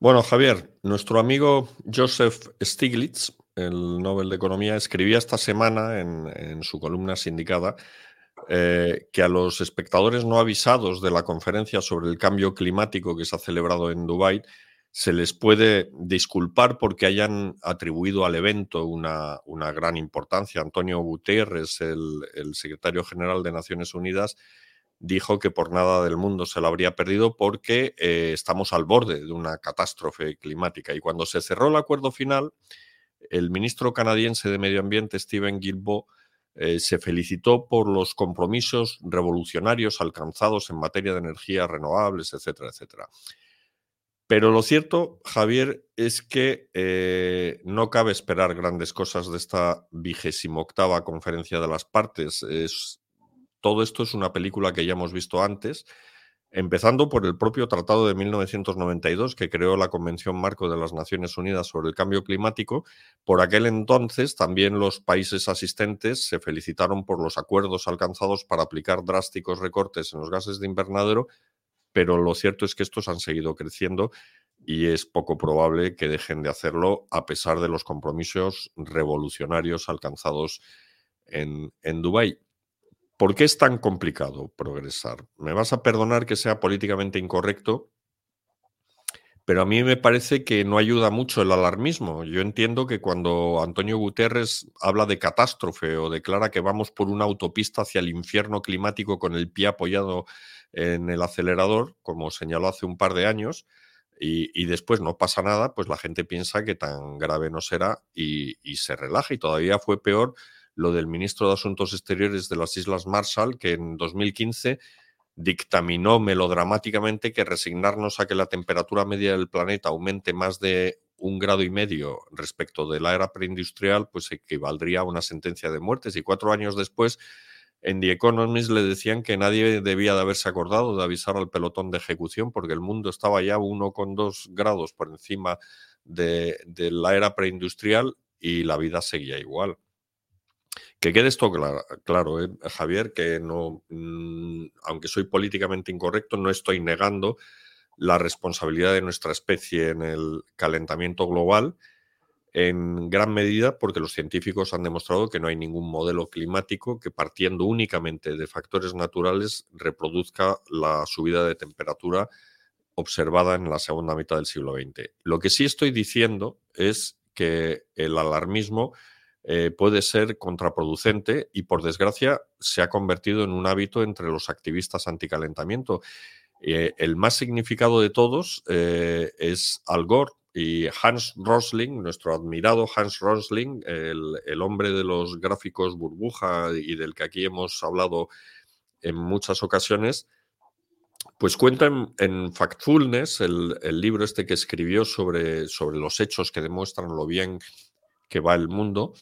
Bueno, Javier, nuestro amigo Joseph Stiglitz, el Nobel de Economía, escribía esta semana en su columna sindicada que a los espectadores no avisados de la conferencia sobre el cambio climático que se ha celebrado en Dubái se les puede disculpar porque hayan atribuido al evento una gran importancia. Antonio Guterres, el secretario general de Naciones Unidas, dijo que por nada del mundo se la habría perdido porque estamos al borde de una catástrofe climática. Y cuando se cerró el acuerdo final, el ministro canadiense de Medio Ambiente, Stephen Guilbeault, se felicitó por los compromisos revolucionarios alcanzados en materia de energías renovables, etcétera, etcétera. Pero lo cierto, Javier, es que no cabe esperar grandes cosas de esta 28ª Conferencia de las Partes. Todo esto es una película que ya hemos visto antes, empezando por el propio Tratado de 1992, que creó la Convención Marco de las Naciones Unidas sobre el Cambio Climático. Por aquel entonces, también los países asistentes se felicitaron por los acuerdos alcanzados para aplicar drásticos recortes en los gases de invernadero, pero lo cierto es que estos han seguido creciendo y es poco probable que dejen de hacerlo a pesar de los compromisos revolucionarios alcanzados en Dubái. ¿Por qué es tan complicado progresar? Me vas a perdonar que sea políticamente incorrecto, pero a mí me parece que no ayuda mucho el alarmismo. Yo entiendo que cuando Antonio Guterres habla de catástrofe o declara que vamos por una autopista hacia el infierno climático con el pie apoyado en el acelerador, como señaló hace un par de años, y después no pasa nada, pues la gente piensa que tan grave no será y se relaja. Y todavía fue peor lo del ministro de Asuntos Exteriores de las Islas Marshall, que en 2015 dictaminó melodramáticamente que resignarnos a que la temperatura media del planeta aumente más de 1,5 grados respecto de la era preindustrial, pues equivaldría a una sentencia de muerte. Y 4 años después, en The Economist le decían que nadie debía de haberse acordado de avisar al pelotón de ejecución porque el mundo estaba ya 1,2 grados por encima de la era preindustrial y la vida seguía igual. Que quede esto claro, Javier, que no, aunque soy políticamente incorrecto, no estoy negando la responsabilidad de nuestra especie en el calentamiento global, en gran medida porque los científicos han demostrado que no hay ningún modelo climático que, partiendo únicamente de factores naturales, reproduzca la subida de temperatura observada en la segunda mitad del siglo XX. Lo que sí estoy diciendo es que el alarmismo puede ser contraproducente y, por desgracia, se ha convertido en un hábito entre los activistas anticalentamiento. El más significado de todos es Al Gore y Hans Rosling, nuestro admirado Hans Rosling, el hombre de los gráficos burbuja y del que aquí hemos hablado en muchas ocasiones. Pues cuenta en Factfulness, el libro este que escribió sobre los hechos que demuestran lo bien que va el mundo,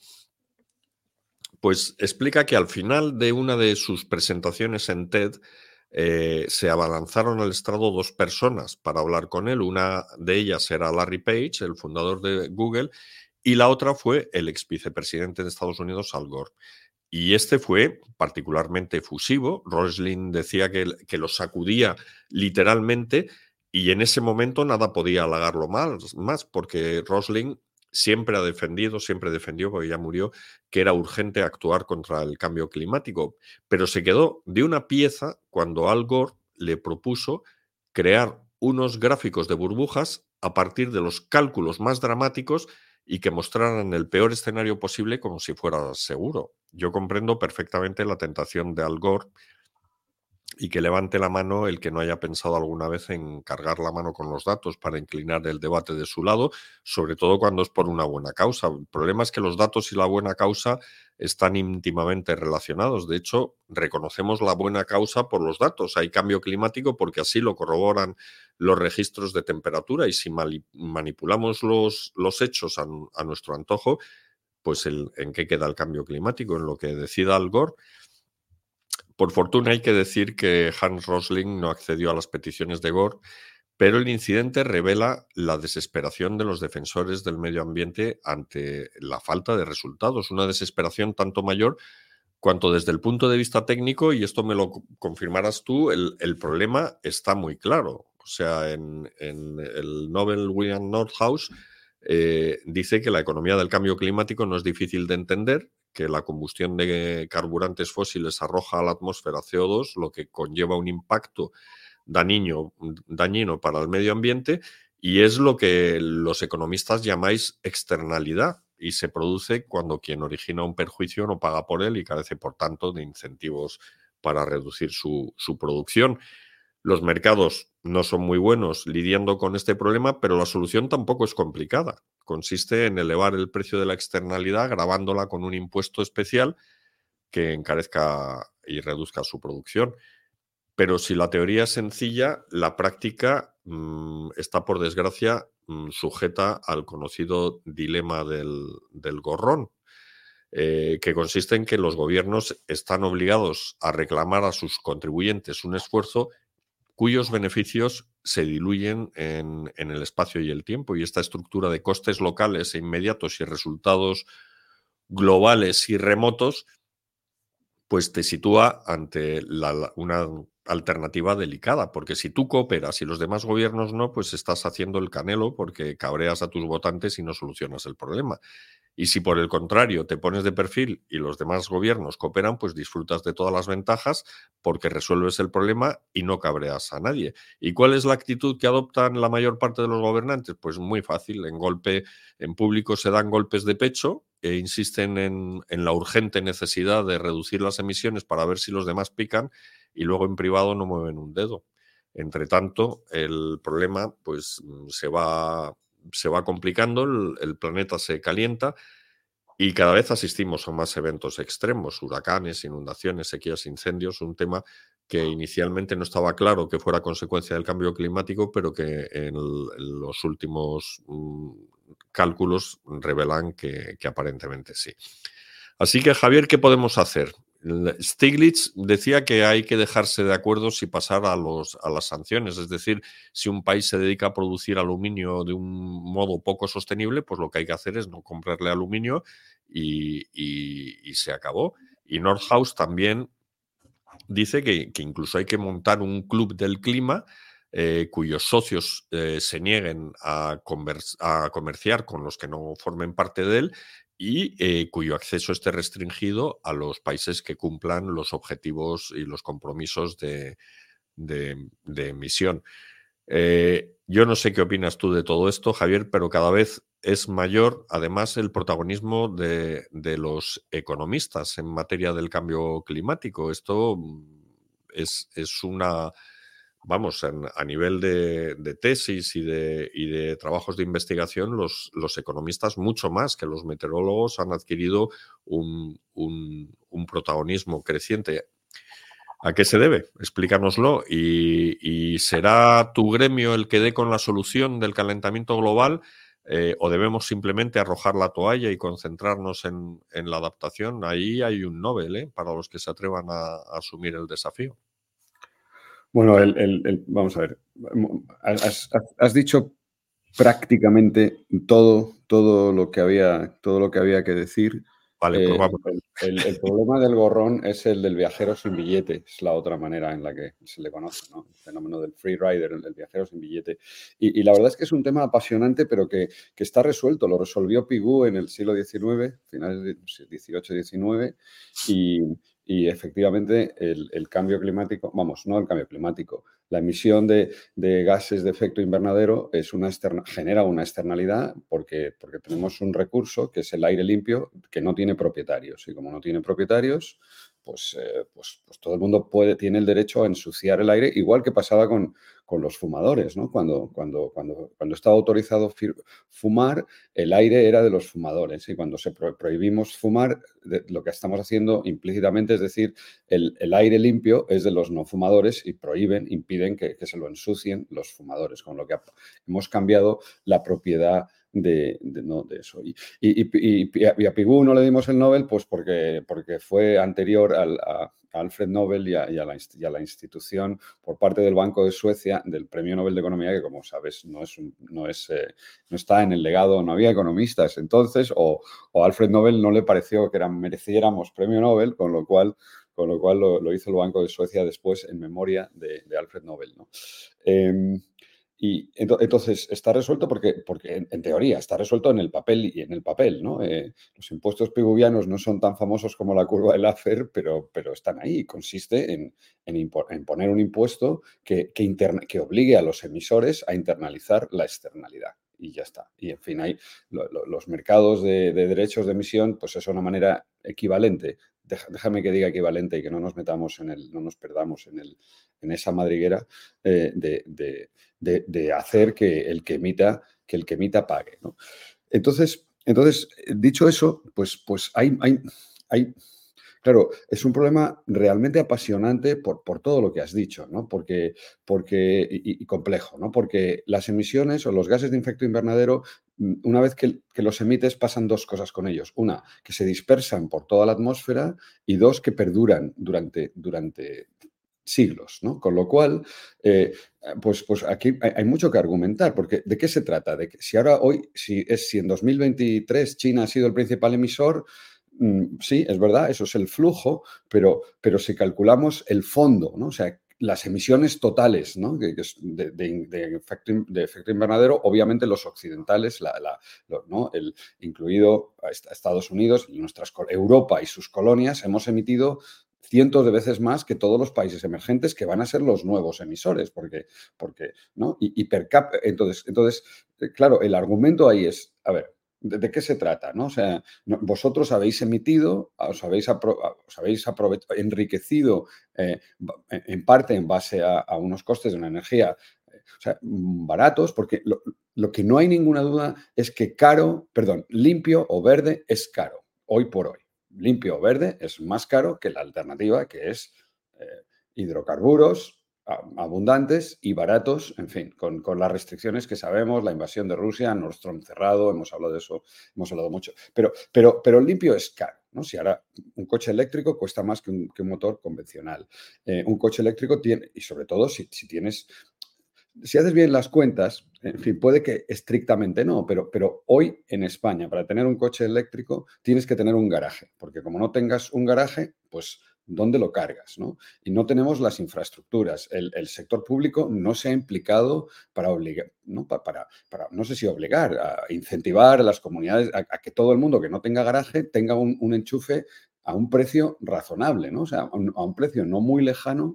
pues explica que al final de una de sus presentaciones en TED se abalanzaron al estrado dos personas para hablar con él. Una de ellas era Larry Page, el fundador de Google, y la otra fue el ex vicepresidente de Estados Unidos, Al Gore. Y este fue particularmente efusivo. Rosling decía que lo sacudía literalmente y en ese momento nada podía halagarlo más porque Rosling siempre defendió, porque ya murió, que era urgente actuar contra el cambio climático. Pero se quedó de una pieza cuando Al Gore le propuso crear unos gráficos de burbujas a partir de los cálculos más dramáticos y que mostraran el peor escenario posible como si fuera seguro. Yo comprendo perfectamente la tentación de Al Gore y que levante la mano el que no haya pensado alguna vez en cargar la mano con los datos para inclinar el debate de su lado, sobre todo cuando es por una buena causa. El problema es que los datos y la buena causa están íntimamente relacionados. De hecho, reconocemos la buena causa por los datos. Hay cambio climático porque así lo corroboran los registros de temperatura y si manipulamos los hechos a nuestro antojo, pues ¿en qué queda el cambio climático? En lo que decida Al Gore. Por fortuna hay que decir que Hans Rosling no accedió a las peticiones de Gore, pero el incidente revela la desesperación de los defensores del medio ambiente ante la falta de resultados, una desesperación tanto mayor cuanto desde el punto de vista técnico, y esto me lo confirmarás tú, el problema está muy claro. O sea, en el Nobel William Nordhaus dice que la economía del cambio climático no es difícil de entender, que la combustión de carburantes fósiles arroja a la atmósfera CO2, lo que conlleva un impacto dañino para el medio ambiente, y es lo que los economistas llamáis externalidad, y se produce cuando quien origina un perjuicio no paga por él y carece, por tanto, de incentivos para reducir su producción. Los mercados no son muy buenos lidiando con este problema, pero la solución tampoco es complicada. Consiste en elevar el precio de la externalidad grabándola con un impuesto especial que encarezca y reduzca su producción. Pero si la teoría es sencilla, la práctica está, por desgracia, sujeta al conocido dilema del gorrón, que consiste en que los gobiernos están obligados a reclamar a sus contribuyentes un esfuerzo cuyos beneficios se diluyen en el espacio y el tiempo. Y esta estructura de costes locales e inmediatos y resultados globales y remotos, pues te sitúa ante una alternativa delicada, porque si tú cooperas y los demás gobiernos no, pues estás haciendo el canelo porque cabreas a tus votantes y no solucionas el problema. Y si por el contrario te pones de perfil y los demás gobiernos cooperan, pues disfrutas de todas las ventajas porque resuelves el problema y no cabreas a nadie. ¿Y cuál es la actitud que adoptan la mayor parte de los gobernantes? Pues muy fácil, en público se dan golpes de pecho e insisten en la urgente necesidad de reducir las emisiones para ver si los demás pican, y luego en privado no mueven un dedo. Entre tanto, el problema pues se va complicando, el planeta se calienta y cada vez asistimos a más eventos extremos, huracanes, inundaciones, sequías, incendios, un tema que inicialmente no estaba claro que fuera consecuencia del cambio climático, pero que en los últimos cálculos revelan que aparentemente sí. Así que, Javier, ¿qué podemos hacer? Stiglitz decía que hay que dejarse de acuerdos y pasar a las sanciones. Es decir, si un país se dedica a producir aluminio de un modo poco sostenible, pues lo que hay que hacer es no comprarle aluminio y se acabó. Y Nordhaus también dice que incluso hay que montar un club del clima cuyos socios se nieguen a comerciar con los que no formen parte de él y cuyo acceso esté restringido a los países que cumplan los objetivos y los compromisos de emisión. Yo no sé qué opinas tú de todo esto, Javier, pero cada vez es mayor, además, el protagonismo de los economistas en materia del cambio climático. Esto es una, vamos, a nivel de tesis y de trabajos de investigación, los economistas, mucho más que los meteorólogos, han adquirido un protagonismo creciente. ¿A qué se debe? Explícanoslo. ¿Y será tu gremio el que dé con la solución del calentamiento global o debemos simplemente arrojar la toalla y concentrarnos en la adaptación? Ahí hay un Nobel para los que se atrevan a asumir el desafío. Bueno, vamos a ver. Has dicho prácticamente todo lo que había que decir. Vale, pues vamos. El problema del gorrón es el del viajero sin billete, es la otra manera en la que se le conoce, ¿no? El fenómeno del free rider, el del viajero sin billete. Y la verdad es que es un tema apasionante, pero que está resuelto. Lo resolvió Pigou en el siglo XIX, finales del XVIII-XIX, y efectivamente el cambio climático, vamos, no el cambio climático, la emisión de gases de efecto invernadero genera una externalidad porque tenemos un recurso que es el aire limpio que no tiene propietarios. Y como no tiene propietarios, pues todo el mundo tiene el derecho a ensuciar el aire, igual que pasaba con los fumadores, ¿no? Cuando estaba autorizado fumar, el aire era de los fumadores. Y cuando prohibimos fumar, lo que estamos haciendo implícitamente es decir, el aire limpio es de los no fumadores y impiden que se lo ensucien los fumadores, con lo que hemos cambiado la propiedad de eso. Y a Pigou no le dimos el Nobel pues porque fue anterior a Alfred Nobel y a la institución por parte del Banco de Suecia del Premio Nobel de Economía, que como sabes no está en el legado, no había economistas entonces, o Alfred Nobel no le pareció que mereciéramos Premio Nobel, con lo cual lo hizo el Banco de Suecia después en memoria de Alfred Nobel, ¿no? Entonces está resuelto porque en teoría está resuelto en el papel y en el papel, ¿no? Los impuestos piguvianos no son tan famosos como la curva de Laffer, pero están ahí. Consiste en poner un impuesto que obligue a los emisores a internalizar la externalidad. Y ya está. Y en fin, hay los mercados de derechos de emisión, pues es una manera equivalente. Déjame que diga equivalente y que no nos metamos no nos perdamos en esa madriguera de hacer que el que emita pague, ¿no? Entonces, dicho eso, pues hay, claro, es un problema realmente apasionante por todo lo que has dicho, ¿no? Y complejo, ¿no? Porque las emisiones o los gases de efecto invernadero, una vez que los emites, pasan dos cosas con ellos. Una, que se dispersan por toda la atmósfera, y dos, que perduran durante siglos, ¿no? Con lo cual, pues aquí hay mucho que argumentar, porque ¿de qué se trata? De que si en 2023 China ha sido el principal emisor, sí, es verdad, eso es el flujo, pero si calculamos el fondo, ¿no? O sea, las emisiones totales, ¿no? De efecto invernadero, obviamente los occidentales, ¿no? Incluido a Estados Unidos, Europa y sus colonias, hemos emitido cientos de veces más que todos los países emergentes, que van a ser los nuevos emisores, porque ¿no? Y per cápita. Entonces, claro, el argumento ahí es, a ver, ¿de qué se trata? ¿No? O sea, vosotros habéis emitido, os habéis enriquecido en parte en base a unos costes de una energía, o sea, baratos, porque lo que no hay ninguna duda es que limpio o verde es caro, hoy por hoy. Limpio o verde es más caro que la alternativa, que es hidrocarburos abundantes y baratos, en fin, con las restricciones que sabemos, la invasión de Rusia, Nord Stream cerrado, hemos hablado de eso, hemos hablado mucho. Pero el limpio es caro, ¿no? Si ahora un coche eléctrico cuesta más que un motor convencional. Un coche eléctrico tiene, y sobre todo si haces bien las cuentas, en fin, puede que estrictamente no, pero hoy en España, para tener un coche eléctrico, tienes que tener un garaje, porque como no tengas un garaje, pues ¿dónde lo cargas, no? Y no tenemos las infraestructuras. El sector público no se ha implicado para obligar, ¿no? No sé si obligar, a incentivar a las comunidades a que todo el mundo que no tenga garaje tenga un enchufe a un precio razonable, ¿no? O sea, a un precio no muy lejano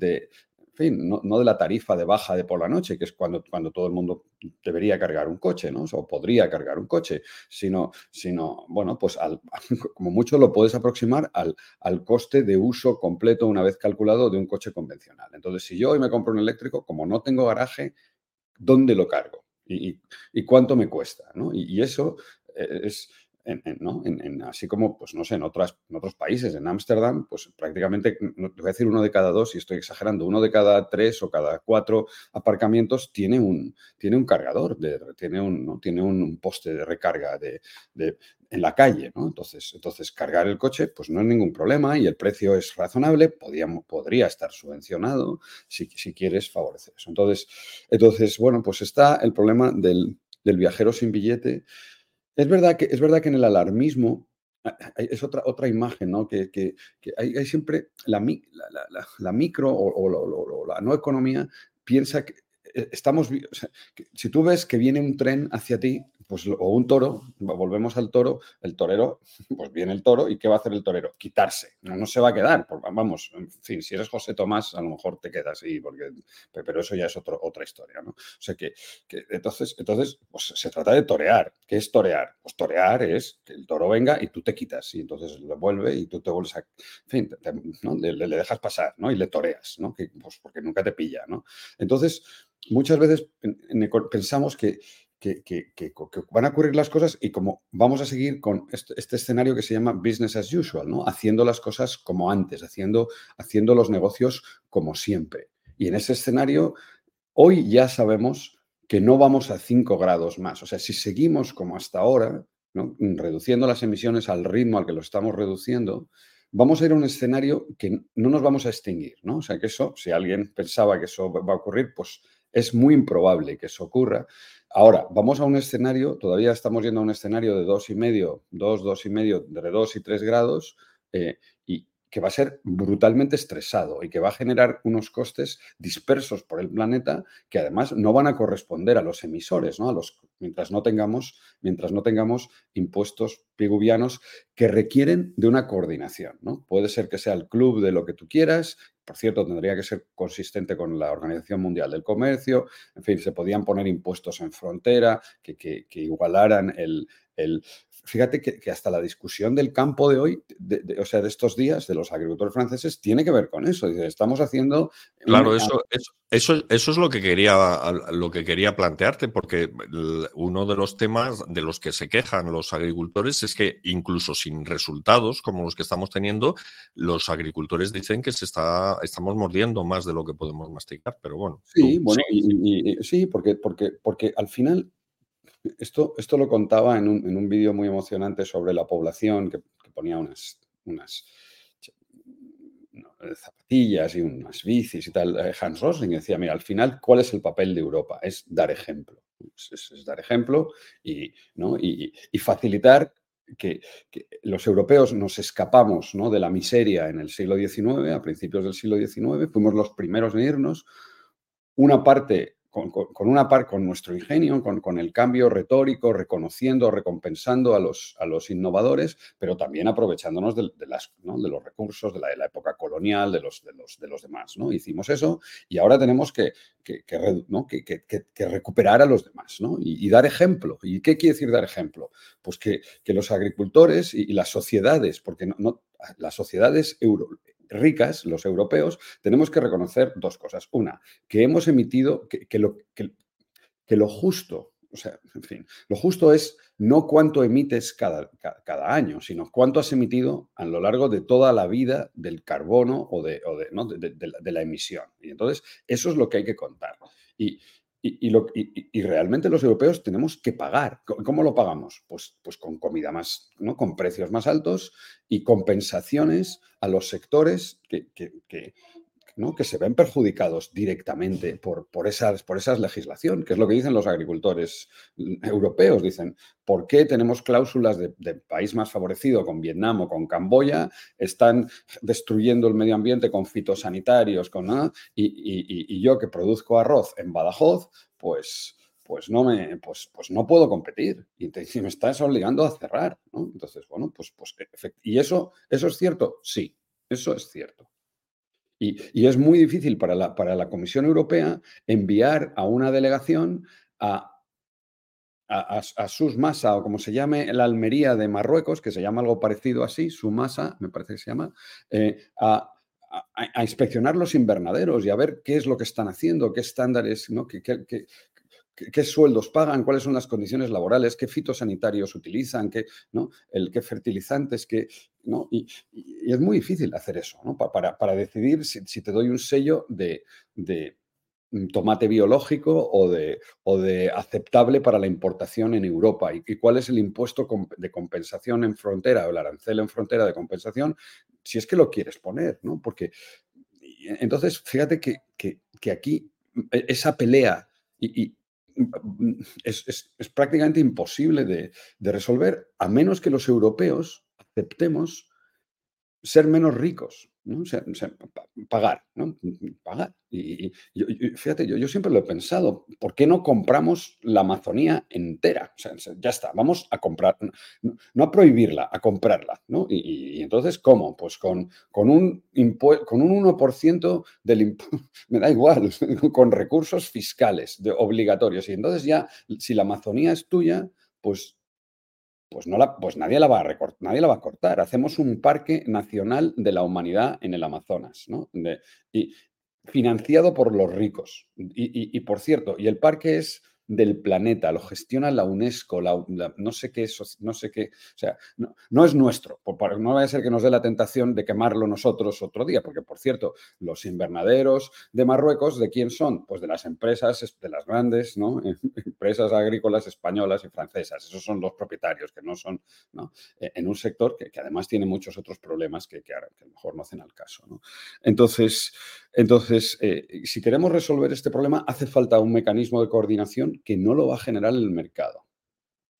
en fin, no de la tarifa de baja de por la noche, que es cuando todo el mundo debería cargar un coche, ¿no? O podría cargar un coche, sino bueno, pues como mucho lo puedes aproximar al coste de uso completo, una vez calculado, de un coche convencional. Entonces, si yo hoy me compro un eléctrico, como no tengo garaje, ¿dónde lo cargo? ¿Y cuánto me cuesta? ¿No? Y eso es, ¿no? Así como, pues no sé, en otros países, en Ámsterdam, pues prácticamente, no, te voy a decir uno de cada dos, y estoy exagerando, uno de cada 3 o cada 4 aparcamientos tiene un cargador, tiene un poste de recarga en la calle, ¿no? Entonces, cargar el coche, pues no es ningún problema, y el precio es razonable, podría estar subvencionado si quieres favorecer eso. Entonces, bueno, pues está el problema del viajero sin billete. Es verdad que en el alarmismo es otra imagen, ¿no? Que hay siempre la micro o la no economía piensa que o sea, que si tú ves que viene un tren hacia ti, pues, o un toro, volvemos al toro, el torero, pues viene el toro, ¿y qué va a hacer el torero? Quitarse, no se va a quedar. Vamos, en fin, si eres José Tomás, a lo mejor te quedas ahí, pero eso ya es otra historia, ¿no? O sea entonces, pues se trata de torear. ¿Qué es torear? Pues torear es que el toro venga y tú te quitas, y entonces lo vuelve y tú te vuelves a... En fin, ¿no? Le dejas pasar, ¿no? Y le toreas, ¿no? Pues porque nunca te pilla, ¿no? Entonces, muchas veces pensamos que van a ocurrir las cosas, y como vamos a seguir con este escenario que se llama business as usual, ¿no? Haciendo las cosas como antes, haciendo los negocios como siempre. Y en ese escenario, hoy ya sabemos que no vamos a 5 grados más. O sea, si seguimos como hasta ahora, ¿no? Reduciendo las emisiones al ritmo al que lo estamos reduciendo, vamos a ir a un escenario que no nos vamos a extinguir, ¿no? O sea, que eso, si alguien pensaba que eso va a ocurrir, pues es muy improbable que eso ocurra. Ahora, vamos a un escenario, todavía estamos yendo a un escenario de 2,5, entre 2 y 3 grados, eh, que va a ser brutalmente estresado y que va a generar unos costes dispersos por el planeta que además no van a corresponder a los emisores, ¿no? Mientras no tengamos impuestos piguvianos que requieren de una coordinación, ¿no? Puede ser que sea el club de lo que tú quieras, por cierto, tendría que ser consistente con la Organización Mundial del Comercio, en fin, se podían poner impuestos en frontera que igualaran el fíjate que hasta la discusión del campo de hoy, o sea, de estos días, de los agricultores franceses, tiene que ver con eso. Dice, estamos haciendo Claro, eso es lo que quería plantearte, porque uno de los temas de los que se quejan los agricultores es que incluso sin resultados como los que estamos teniendo, los agricultores dicen que estamos mordiendo más de lo que podemos masticar. Pero bueno, Sí, tú bueno, sigues. sí, porque al final esto lo contaba en un vídeo muy emocionante sobre la población que ponía unas no, zapatillas y unas bicis y tal. Hans Rosling decía, mira, al final, ¿cuál es el papel de Europa? Es dar ejemplo. Es dar ejemplo y, ¿no? y facilitar que los europeos nos escapamos, ¿no?, de la miseria en el siglo XIX, a principios del siglo XIX, fuimos los primeros en irnos, una parte con nuestro ingenio, con el cambio retórico, reconociendo, recompensando a los innovadores, pero también aprovechándonos ¿no?, de los recursos de la época colonial, de los demás, ¿no? Hicimos eso y ahora tenemos ¿no?, que recuperar a los demás, ¿no? Y dar ejemplo. ¿Y qué quiere decir dar ejemplo? Pues que los agricultores y las sociedades, porque las sociedades ricas, los europeos, tenemos que reconocer dos cosas. Una, que hemos emitido, que lo justo, o sea, en fin, lo justo es no cuánto emites cada año, sino cuánto has emitido a lo largo de toda la vida del carbono ¿no?, de la emisión. Y entonces, eso es lo que hay que contar. Y, y realmente los europeos tenemos que pagar. ¿Cómo lo pagamos? Pues con comida más, ¿no?, con precios más altos y compensaciones a los sectores ¿no?, que se ven perjudicados directamente por esas legislación, que es lo que dicen los agricultores europeos. Dicen, ¿por qué tenemos cláusulas de país más favorecido con Vietnam o con Camboya? Están destruyendo el medio ambiente con fitosanitarios, y yo que produzco arroz en Badajoz, pues no puedo competir y me estás obligando a cerrar, ¿no? Entonces, bueno, ¿y eso es cierto? Sí, eso es cierto. Y es muy difícil para la Comisión Europea enviar a una delegación a, a Massa, o como se llame, la Almería de Marruecos, que se llama algo parecido así, Massa, me parece que se llama, a inspeccionar los invernaderos y a ver qué es lo que están haciendo, qué estándares, ¿no?, qué sueldos pagan, cuáles son las condiciones laborales, qué fitosanitarios utilizan, ¿no?, qué fertilizantes, ¿no? Y es muy difícil hacer eso, ¿no?, para decidir si te doy un sello de tomate biológico o de aceptable para la importación en Europa y cuál es el impuesto de compensación en frontera o el arancel en frontera de compensación, si es que lo quieres poner, ¿no? Porque entonces, fíjate que aquí esa pelea es prácticamente imposible de resolver, a menos que los europeos aceptemos ser menos ricos, ¿no? Pagar, ¿no? Pagar. Fíjate, yo siempre lo he pensado, ¿por qué no compramos la Amazonía entera? O sea, ya está, vamos a comprar, no a prohibirla, a comprarla, ¿no? Y entonces, ¿cómo? Pues con un 1% del impuesto, me da igual, con recursos fiscales obligatorios. Y entonces ya, si la Amazonía es tuya, pues nadie nadie la va a cortar. Hacemos un parque nacional de la humanidad en el Amazonas, ¿no? Y financiado por los ricos. Por cierto, y el parque es del planeta, lo gestiona la UNESCO, no sé qué, no sé qué, o sea, no es nuestro, no vaya a ser que nos dé la tentación de quemarlo nosotros otro día, porque por cierto, los invernaderos de Marruecos, ¿de quién son? Pues de las empresas, de las grandes, ¿no?, empresas agrícolas españolas y francesas. Esos son los propietarios, que no son, ¿no?, en un sector que además tiene muchos otros problemas que a lo mejor no hacen al caso, ¿no? Entonces, si queremos resolver este problema, hace falta un mecanismo de coordinación que no lo va a generar el mercado.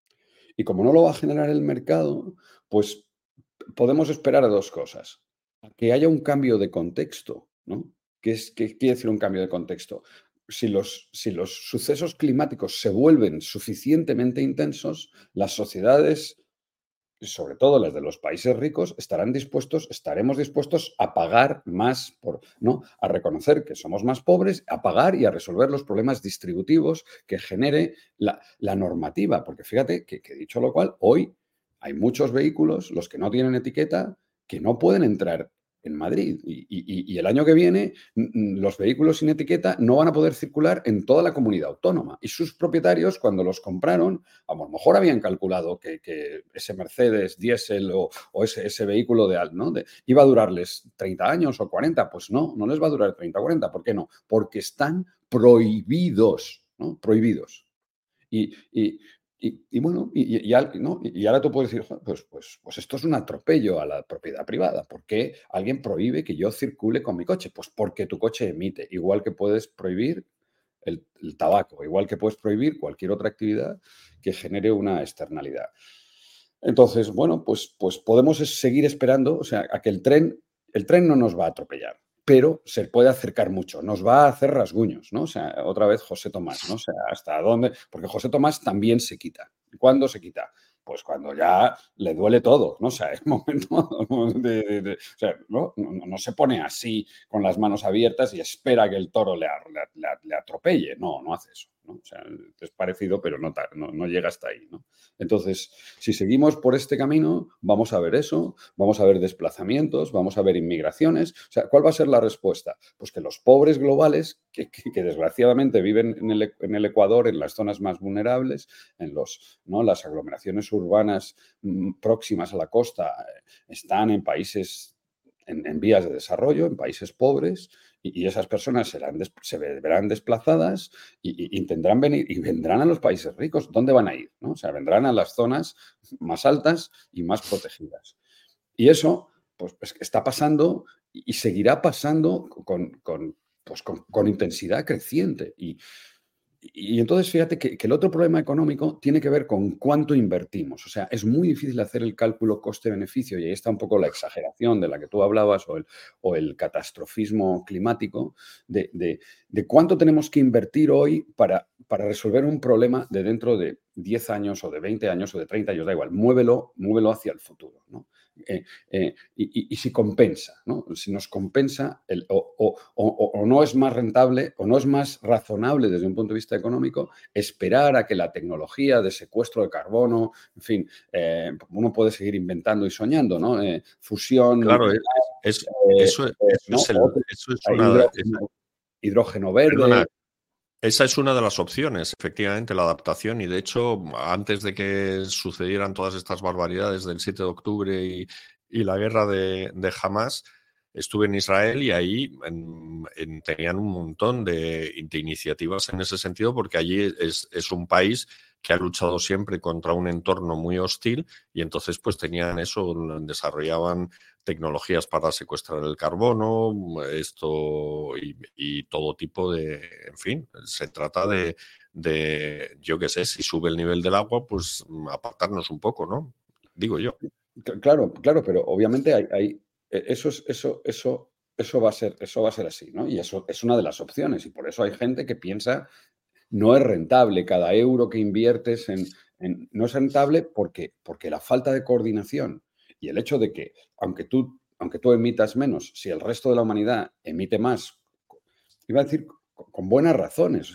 Y como no lo va a generar el mercado, pues podemos esperar a dos cosas. que haya un cambio de contexto, ¿no? ¿Qué quiere decir un cambio de contexto? Si los sucesos climáticos se vuelven suficientemente intensos, las sociedades, sobre todo las de los países ricos, estaremos dispuestos a pagar más ¿no? A reconocer que somos más pobres, a pagar y a resolver los problemas distributivos que genere la normativa. Porque fíjate que dicho lo cual, hoy hay muchos vehículos, los que no tienen etiqueta, que no pueden entrar en Madrid. Y el año que viene los vehículos sin etiqueta no van a poder circular en toda la comunidad autónoma. Y sus propietarios, cuando los compraron, a lo mejor habían calculado que ese Mercedes diésel o ese vehículo ¿no? Iba a durarles 30 años o 40. Pues no les va a durar 30 o 40. ¿Por qué no? Porque están prohibidos, ¿no? Prohibidos. Bueno, ¿no? Y ahora tú puedes decir, pues esto es un atropello a la propiedad privada. ¿Por qué alguien prohíbe que yo circule con mi coche? Pues porque tu coche emite. Igual que puedes prohibir el tabaco, igual que puedes prohibir cualquier otra actividad que genere una externalidad. Entonces, bueno, pues podemos seguir esperando, o sea, a que el tren no nos va a atropellar, pero se puede acercar mucho, nos va a hacer rasguños, ¿no? O sea, otra vez José Tomás, ¿no? O sea, ¿hasta dónde? Porque José Tomás también se quita. ¿Cuándo se quita? Pues cuando ya le duele todo, ¿no? O sea, es momento o sea, no se pone así con las manos abiertas y espera que el toro le atropelle. No hace eso, ¿no? O sea, es parecido, pero no llega hasta ahí, ¿no? Entonces, si seguimos por este camino, vamos a ver eso, vamos a ver desplazamientos, vamos a ver inmigraciones. O sea, ¿cuál va a ser la respuesta? Pues que los pobres globales, que desgraciadamente viven en el Ecuador, en las zonas más vulnerables, ¿no? Las aglomeraciones urbanas próximas a la costa, están en países en vías de desarrollo, en países pobres, y esas personas se verán desplazadas y tendrán venir y vendrán a los países ricos. ¿Dónde van a ir? ¿No? O sea, vendrán a las zonas más altas y más protegidas. Y eso pues está pasando y seguirá pasando con intensidad creciente. Y entonces fíjate que el otro problema económico tiene que ver con cuánto invertimos. O sea, es muy difícil hacer el cálculo coste-beneficio y ahí está un poco la exageración de la que tú hablabas o el catastrofismo climático de cuánto tenemos que invertir hoy para resolver un problema de dentro de 10 años o de 20 años o de 30 años, da igual, muévelo hacia el futuro, ¿no? Y si compensa, ¿no? Si nos compensa o no es más rentable o no es más razonable desde un punto de vista económico esperar a que la tecnología de secuestro de carbono, en fin, uno puede seguir inventando y soñando, ¿no? Fusión Claro, nuclear, eso ¿no? es una... Hidrógeno verde. Perdona, esa es una de las opciones, efectivamente, la adaptación. Y de hecho, antes de que sucedieran todas estas barbaridades del 7 de octubre y la guerra de Hamás, estuve en Israel y ahí tenían un montón de iniciativas en ese sentido, porque allí es un país que ha luchado siempre contra un entorno muy hostil y entonces pues tenían eso, desarrollaban tecnologías para secuestrar el carbono, esto y todo tipo de, en fin, se trata de yo qué sé, si sube el nivel del agua, pues apartarnos un poco, ¿no? Digo yo. Claro, pero obviamente eso va a ser así, ¿no? Y eso es una de las opciones y por eso hay gente que piensa no es rentable, cada euro que inviertes no es rentable porque la falta de coordinación y el hecho de que aunque tú emitas menos, si el resto de la humanidad emite más, iba a decir con buenas razones,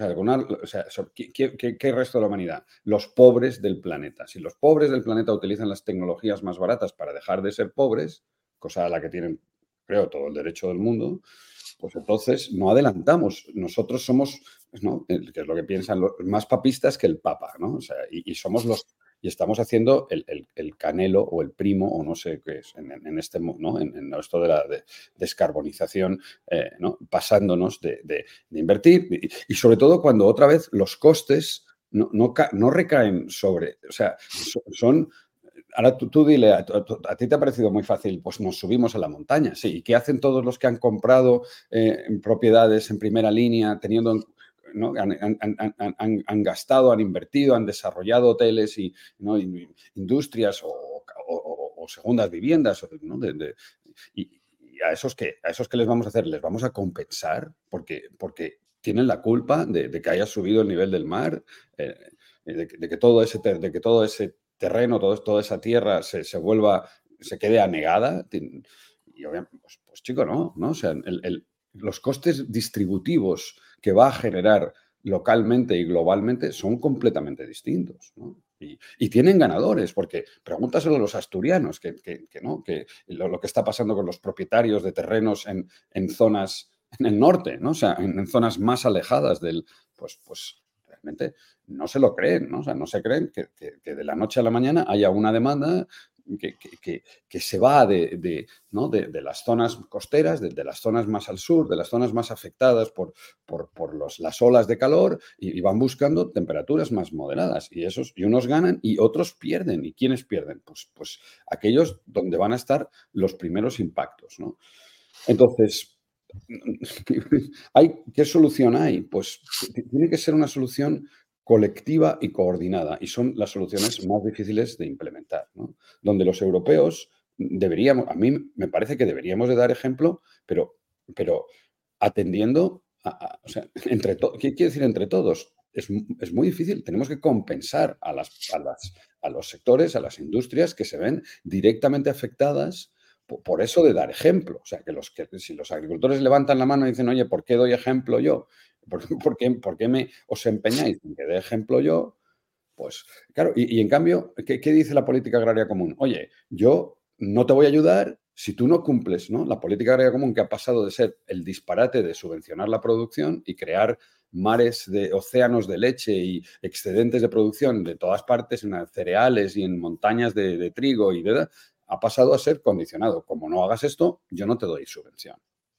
¿qué resto de la humanidad? Los pobres del planeta. Si los pobres del planeta utilizan las tecnologías más baratas para dejar de ser pobres, cosa a la que tienen, creo, todo el derecho del mundo, pues entonces no adelantamos. Nosotros somos, ¿no? Que es lo que piensan los más papistas que el Papa, ¿no? O sea, y somos y estamos haciendo el Canelo o el Primo, o no sé qué es, en ¿no? En esto de la descarbonización, ¿no? Pasándonos de invertir. Y sobre todo cuando otra vez los costes no recaen sobre, o sea, son. Ahora tú dile, a ti te ha parecido muy fácil, pues nos subimos a la montaña, sí. ¿Y qué hacen todos los que han comprado propiedades en primera línea, teniendo, ¿no? Han gastado, han invertido, han desarrollado hoteles ¿no? industrias o segundas viviendas, ¿no? y a esos que les vamos a hacer, les vamos a compensar porque tienen la culpa de que haya subido el nivel del mar, de que todo ese terreno, toda esa tierra se quede anegada. Y obviamente, pues chico, no, ¿no? O sea, los costes distributivos que va a generar localmente y globalmente son completamente distintos, ¿no? Y tienen ganadores, porque pregúntaselo a los asturianos, que no, que lo que está pasando con los propietarios de terrenos en zonas en el norte, ¿no? O sea, en zonas más alejadas pues realmente no se lo creen, ¿no? O sea, no se creen que de la noche a la mañana haya una demanda que se va ¿no? de las zonas costeras, de las zonas más al sur, de las zonas más afectadas por las olas de calor y van buscando temperaturas más moderadas. Y unos ganan y otros pierden. ¿Y quiénes pierden? Pues aquellos donde van a estar los primeros impactos, ¿no? Entonces, ¿qué solución hay? Pues tiene que ser una solución colectiva y coordinada, y son las soluciones más difíciles de implementar, ¿no? Donde los europeos a mí me parece que deberíamos de dar ejemplo, pero atendiendo o sea, ¿qué quiere decir entre todos? Es muy difícil, tenemos que compensar a los sectores, a las industrias que se ven directamente afectadas por eso de dar ejemplo. O sea, que si los agricultores levantan la mano y dicen, oye, ¿por qué doy ejemplo yo? ¿Por qué os empeñáis en que dé ejemplo yo? Pues claro, y en cambio, ¿qué dice la política agraria común? Oye, yo no te voy a ayudar si tú no cumples, ¿no? La política agraria común, que ha pasado de ser el disparate de subvencionar la producción y crear mares de océanos de leche y excedentes de producción de todas partes, en cereales y en montañas de trigo ha pasado a ser condicionado. Como no hagas esto, yo no te doy subvención.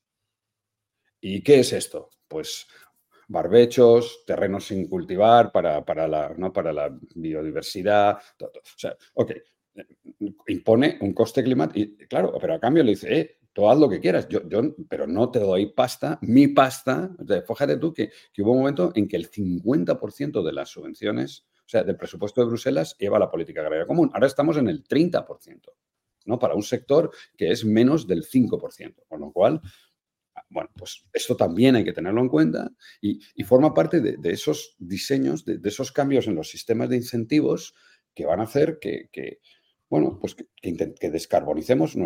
¿Y qué es esto? Pues barbechos, terrenos sin cultivar para la biodiversidad. Todo. O sea, ok, impone un coste climático. Y claro, pero a cambio le dice, tú haz lo que quieras, pero no te doy pasta, mi pasta. O sea, fíjate tú que hubo un momento en que el 50% de las subvenciones, o sea, del presupuesto de Bruselas, lleva a la política agraria común. Ahora estamos en el 30%, ¿no? Para un sector que es menos del 5%, con lo cual bueno, pues esto también hay que tenerlo en cuenta y forma parte de esos diseños, de esos cambios en los sistemas de incentivos que van a hacer bueno, pues que descarbonicemos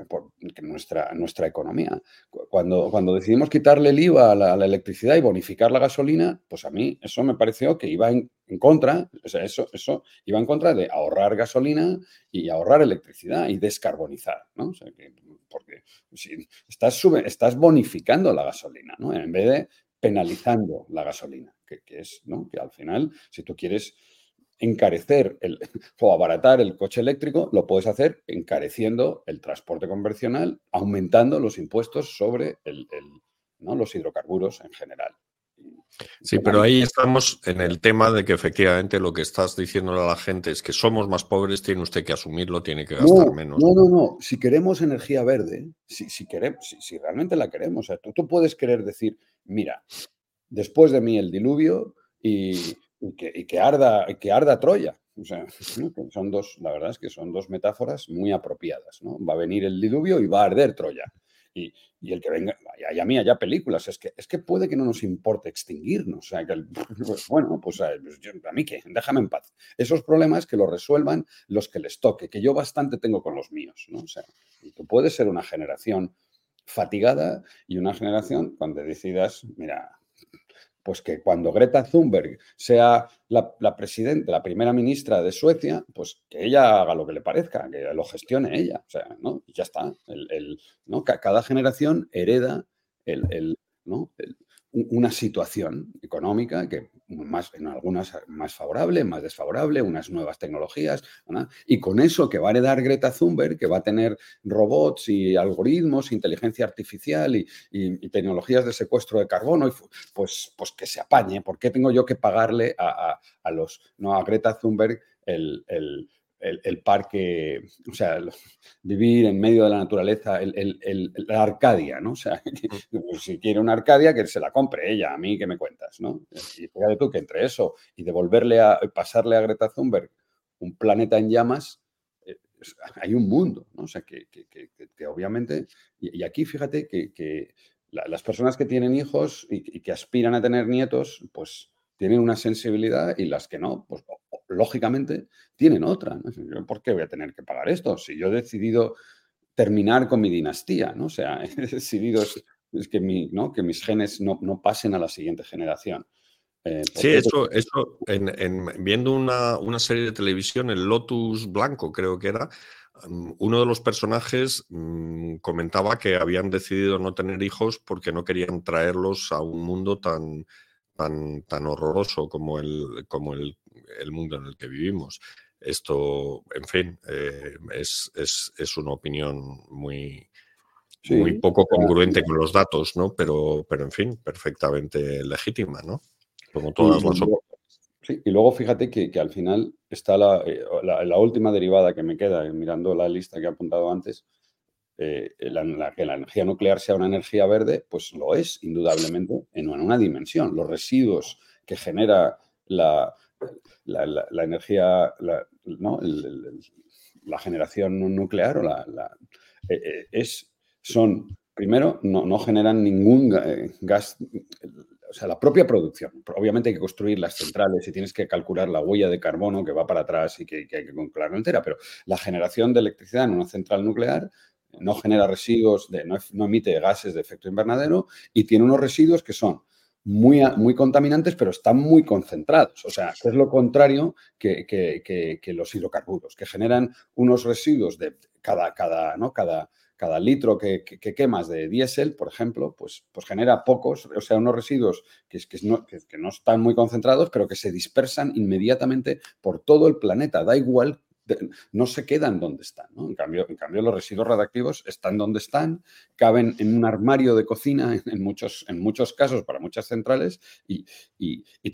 nuestra economía. Cuando decidimos quitarle el IVA a la electricidad y bonificar la gasolina, pues a mí eso me pareció que iba en contra, o sea, eso iba en contra de ahorrar gasolina y ahorrar electricidad y descarbonizar, ¿no? O sea, porque si estás bonificando la gasolina, ¿no? En vez de penalizando la gasolina, que es, ¿no? Que al final, si tú quieres encarecer o abaratar el coche eléctrico, lo puedes hacer encareciendo el transporte convencional, aumentando los impuestos sobre ¿no? los hidrocarburos en general. Sí, pero ahí estamos en el tema de que efectivamente lo que estás diciéndole a la gente es que somos más pobres, tiene usted que asumirlo, tiene que gastar menos. No. Si queremos energía verde, si realmente la queremos, o sea, tú puedes querer decir, mira, después de mí el diluvio y que arda Troya. O sea, ¿no? Que la verdad es que son dos metáforas muy apropiadas, ¿no? Va a venir el diluvio y va a arder Troya. Y el que venga, y a mí haya películas, es que puede que no nos importe extinguirnos. O sea, bueno, pues a mí qué, déjame en paz. Esos problemas que los resuelvan los que les toque, que yo bastante tengo con los míos, ¿no? O sea, y tú puedes ser una generación fatigada y una generación cuando decidas, mira, pues que cuando Greta Thunberg sea la presidenta, la primera ministra de Suecia, pues que ella haga lo que le parezca, que lo gestione ella. O sea, ¿no? Y ya está. ¿No? Cada generación hereda ¿no? Una situación económica que en algunas más favorable, más desfavorable, unas nuevas tecnologías, ¿no? Y con eso que va a heredar Greta Thunberg, que va a tener robots y algoritmos, inteligencia artificial y tecnologías de secuestro de carbono, pues que se apañe. ¿Por qué tengo yo que pagarle a Greta Thunberg el parque, o sea, vivir en medio de la naturaleza, la Arcadia, ¿no? O sea, pues, si quiere una Arcadia, que se la compre ella, a mí, ¿qué me cuentas, no? Y fíjate tú que entre eso y pasarle a Greta Thunberg un planeta en llamas, hay un mundo, ¿no? O sea, que obviamente, y aquí fíjate que las personas que tienen hijos y que aspiran a tener nietos, pues tienen una sensibilidad y las que no, pues lógicamente tienen otra, ¿no? Yo, ¿por qué voy a tener que pagar esto? Si yo he decidido terminar con mi dinastía, ¿no? O sea, he decidido es que, ¿no? que mis genes no pasen a la siguiente generación. ¿Por Sí, qué? eso viendo una serie de televisión, el Lotus Blanco, creo que era, uno de los personajes comentaba que habían decidido no tener hijos porque no querían traerlos a un mundo tan horroroso como el mundo en el que vivimos. Esto, en fin, es una opinión muy Sí, poco congruente con los datos, ¿no? Pero en fin, perfectamente legítima, ¿no? Como todas y las otras. luego, sí, y luego fíjate que al final está la última derivada que me queda, mirando la lista que he apuntado antes, que la energía nuclear sea una energía verde, pues lo es, indudablemente, en una dimensión. Los residuos que genera la energía, ¿no? La generación nuclear son, primero, no generan ningún gas, o sea, la propia producción. Obviamente hay que construir las centrales y tienes que calcular la huella de carbono que va para atrás y que hay que calcularla entera, pero la generación de electricidad en una central nuclear no genera residuos, no emite gases de efecto invernadero y tiene unos residuos que son muy contaminantes, pero están muy concentrados. O sea, que es lo contrario que los hidrocarburos, que generan unos residuos de cada litro que quemas de diésel, por ejemplo, pues genera pocos, o sea, unos residuos que no están muy concentrados, pero que se dispersan inmediatamente por todo el planeta. Da igual, no se quedan donde están, ¿no? En cambio, los residuos radiactivos están donde están, caben en un armario de cocina en muchos casos para muchas centrales y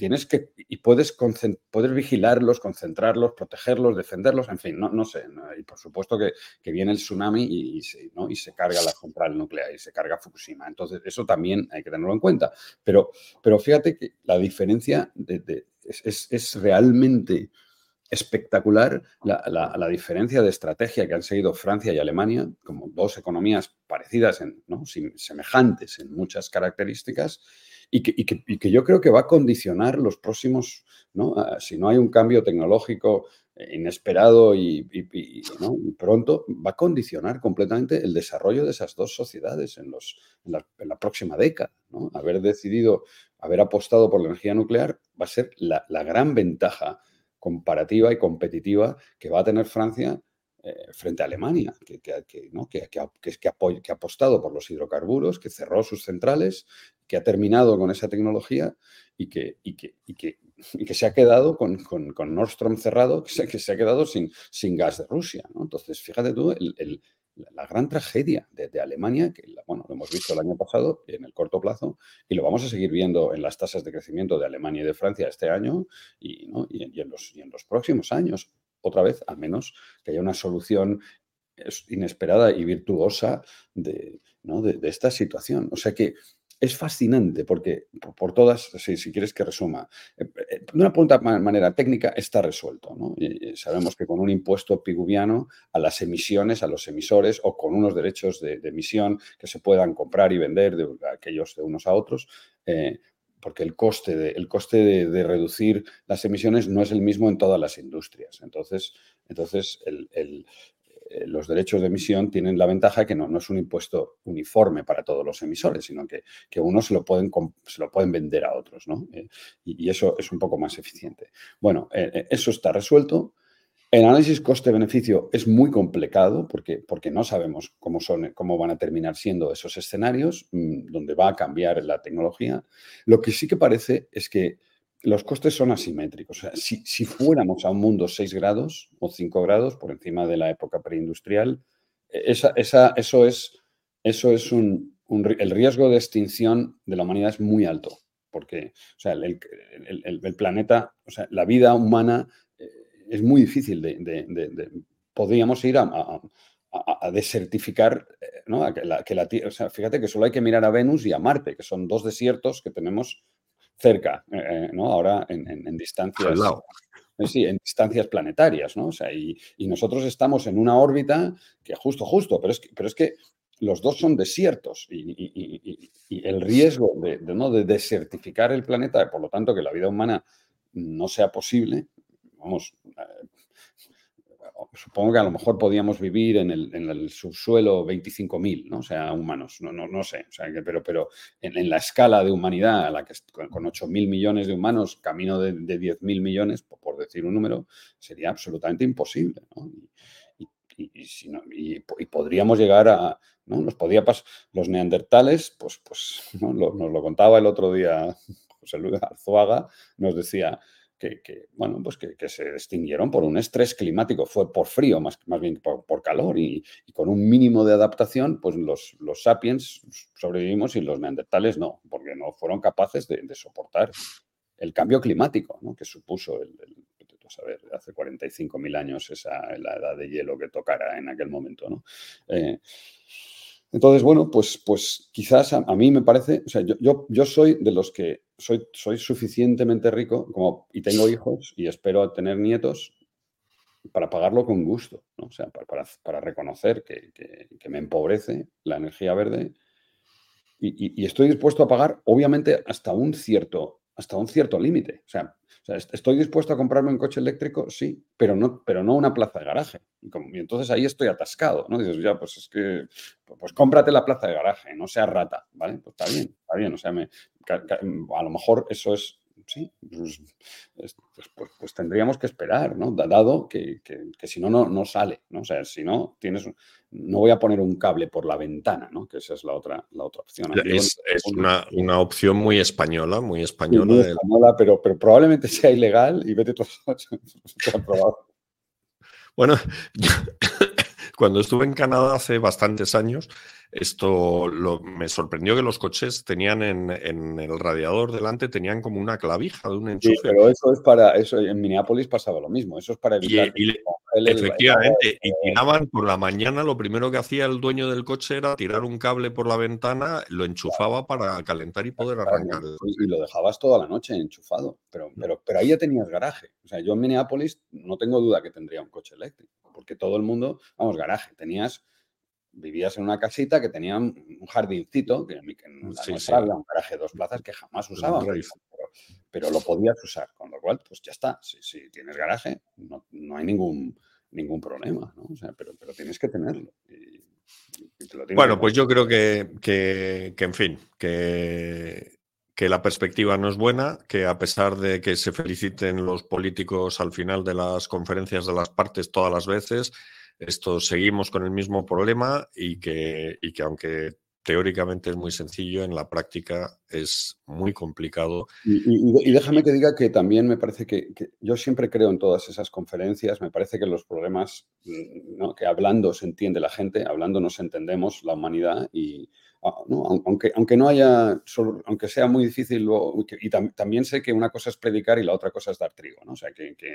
puedes vigilarlos, concentrarlos, protegerlos, defenderlos, en fin, no sé. Y por supuesto que viene el tsunami y se carga la central nuclear y se carga Fukushima. Entonces, eso también hay que tenerlo en cuenta. Pero fíjate que la diferencia es realmente espectacular la diferencia de estrategia que han seguido Francia y Alemania, como dos economías parecidas, ¿no? Semejantes en muchas características, y que yo creo que va a condicionar los próximos, ¿no? Si no hay un cambio tecnológico inesperado ¿no? y pronto, va a condicionar completamente el desarrollo de esas dos sociedades en la próxima década, ¿no? Haber apostado por la energía nuclear va a ser la gran ventaja comparativa y competitiva que va a tener Francia frente a Alemania, que ha apostado por los hidrocarburos, que cerró sus centrales, que ha terminado con esa tecnología y que se ha quedado con Nord Stream cerrado, que se ha quedado sin gas de Rusia, ¿no? Entonces, fíjate tú la gran tragedia de Alemania, que lo hemos visto el año pasado en el corto plazo y lo vamos a seguir viendo en las tasas de crecimiento de Alemania y de Francia este año y en los próximos años. Otra vez, al menos que haya una solución inesperada y virtuosa de esta situación. O sea que es fascinante porque por todas, si quieres que resuma, de una manera técnica está resuelto, ¿no? Y sabemos que con un impuesto piguviano a las emisiones, a los emisores o con unos derechos de emisión que se puedan comprar y vender de aquellos de unos a otros, porque el coste de reducir las emisiones no es el mismo en todas las industrias. Entonces los derechos de emisión tienen la ventaja que no es un impuesto uniforme para todos los emisores, sino que unos se lo pueden vender a otros, ¿no? Y eso es un poco más eficiente. Bueno, eso está resuelto. El análisis coste-beneficio es muy complicado porque no sabemos cómo van a terminar siendo esos escenarios, donde va a cambiar la tecnología. Lo que sí que parece es que los costes son asimétricos. O sea, si fuéramos a un mundo 6 grados o 5 grados por encima de la época preindustrial, eso es el riesgo de extinción de la humanidad es muy alto. Porque, o sea, el planeta, o sea, la vida humana es muy difícil podríamos ir a desertificar, ¿no? O sea, fíjate que solo hay que mirar a Venus y a Marte, que son dos desiertos que tenemos cerca, ¿no? Ahora en Al distancias lado. Sí, en distancias planetarias, ¿no? O sea, y nosotros estamos en una órbita que justo, pero es que los dos son desiertos y el riesgo ¿no? de desertificar el planeta, por lo tanto que la vida humana no sea posible, vamos, supongo que a lo mejor podíamos vivir en el subsuelo 25.000, ¿no? O sea, humanos, no sé, o sea, pero en la escala de humanidad, a la que con 8.000 millones de humanos, camino de 10.000 millones, por decir un número, sería absolutamente imposible, ¿no? Y podríamos llegar a, ¿no? Los neandertales, pues ¿no? Nos lo contaba el otro día José Luis Arzuaga, nos decía bueno, pues que se extinguieron por un estrés climático, fue por frío, más bien por calor, y con un mínimo de adaptación, pues los sapiens sobrevivimos y los neandertales no, porque no fueron capaces de soportar el cambio climático, ¿no? Que supuso hace 45.000 años la edad de hielo que tocara en aquel momento, ¿no? Entonces, bueno, pues quizás a mí me parece, o sea, yo soy de los que soy suficientemente rico y tengo hijos y espero tener nietos para pagarlo con gusto, ¿no? O sea, para reconocer que me empobrece la energía verde y estoy dispuesto a pagar, obviamente, hasta un cierto límite. O sea, estoy dispuesto a comprarme un coche eléctrico, sí, pero no una plaza de garaje. Y entonces ahí estoy atascado, ¿no? Dices, ya, pues es que, pues cómprate la plaza de garaje, no seas rata, ¿vale? Pues está bien. O sea, a lo mejor eso es, sí, pues tendríamos que esperar, ¿no? Dado que si no, no sale, ¿no? O sea, si no, no voy a poner un cable por la ventana, ¿no? Que esa es la otra opción. Aquí, Es una opción muy española, muy sí, muy española. española, pero probablemente sea ilegal y vete todos a probar. Bueno, cuando estuve en Canadá hace bastantes años, me sorprendió que los coches tenían en el radiador delante, tenían como una clavija de un Sí, enchufe. pero eso en Minneapolis pasaba lo mismo. Eso es para evitar que se congele el agua. Efectivamente, y tiraban por la mañana, lo primero que hacía el dueño del coche era tirar un cable por la ventana, lo enchufaba para calentar y poder arrancar el Y coche. lo dejabas toda la noche enchufado. Pero ahí ya tenías garaje. O sea, yo en Minneapolis no tengo duda que tendría un coche eléctrico. Porque todo el mundo, vamos, garaje. Vivías en una casita que tenía un jardincito, que en la Sí, nuestra sí, había un garaje de 2 plazas que jamás el usábamos. Drive. Pero lo podías usar, con lo cual, pues ya está. Si tienes garaje, no hay ningún problema, ¿no? O sea, pero tienes que tenerlo. Y te lo tienes que Bueno, pues comprar. yo creo en fin, que la perspectiva no es buena, que a pesar de que se feliciten los políticos al final de las conferencias de las partes todas las veces, seguimos con el mismo problema y que aunque teóricamente es muy sencillo, en la práctica es muy complicado. Y déjame que diga que también me parece que yo siempre creo en todas esas conferencias, me parece que los problemas, ¿no? Que hablando se entiende la gente, hablando nos entendemos la humanidad ¿no? Aunque no haya, aunque sea muy difícil, también sé que una cosa es predicar y la otra cosa es dar trigo, ¿no? O sea,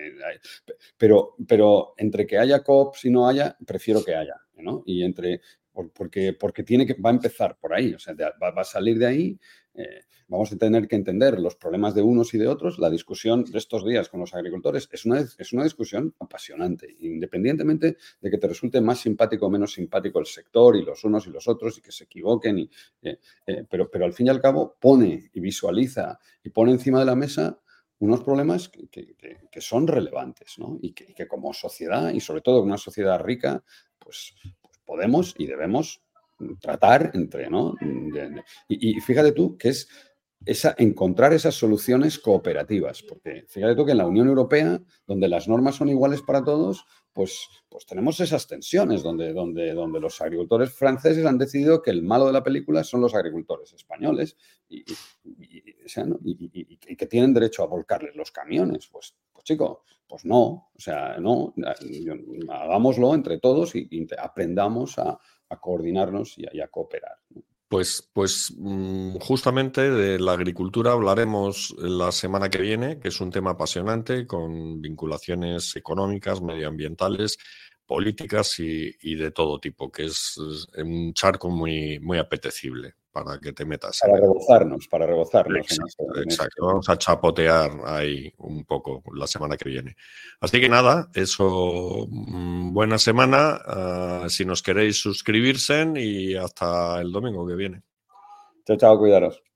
pero entre que haya COPs y no haya, prefiero que haya, ¿no? Porque va a empezar por ahí, o sea, va a salir de ahí. Vamos a tener que entender los problemas de unos y de otros. La discusión de estos días con los agricultores es una discusión apasionante, independientemente de que te resulte más simpático o menos simpático el sector y los unos y los otros y que se equivoquen. Pero al fin y al cabo pone y visualiza y pone encima de la mesa unos problemas que son relevantes, ¿no? Y que como sociedad, y sobre todo una sociedad rica, pues podemos y debemos tratar entre, ¿no? Y fíjate tú que es encontrar esas soluciones cooperativas, porque fíjate tú que en la Unión Europea, donde las normas son iguales para todos, pues tenemos esas tensiones, donde los agricultores franceses han decidido que el malo de la película son los agricultores españoles o sea, ¿no? y que tienen derecho a volcarles los camiones. Pues chico, pues no, o sea, no, hagámoslo entre todos y aprendamos a coordinarnos y a cooperar, ¿no? Pues justamente de la agricultura hablaremos la semana que viene, que es un tema apasionante con vinculaciones económicas, medioambientales, políticas y de todo tipo, que es un charco muy, muy apetecible para que te metas. Para rebozarnos. Exacto. Vamos a chapotear ahí un poco la semana que viene. Así que nada, eso, buena semana. Si nos queréis suscribirse y hasta el domingo que viene. Chao, chao, cuidaros.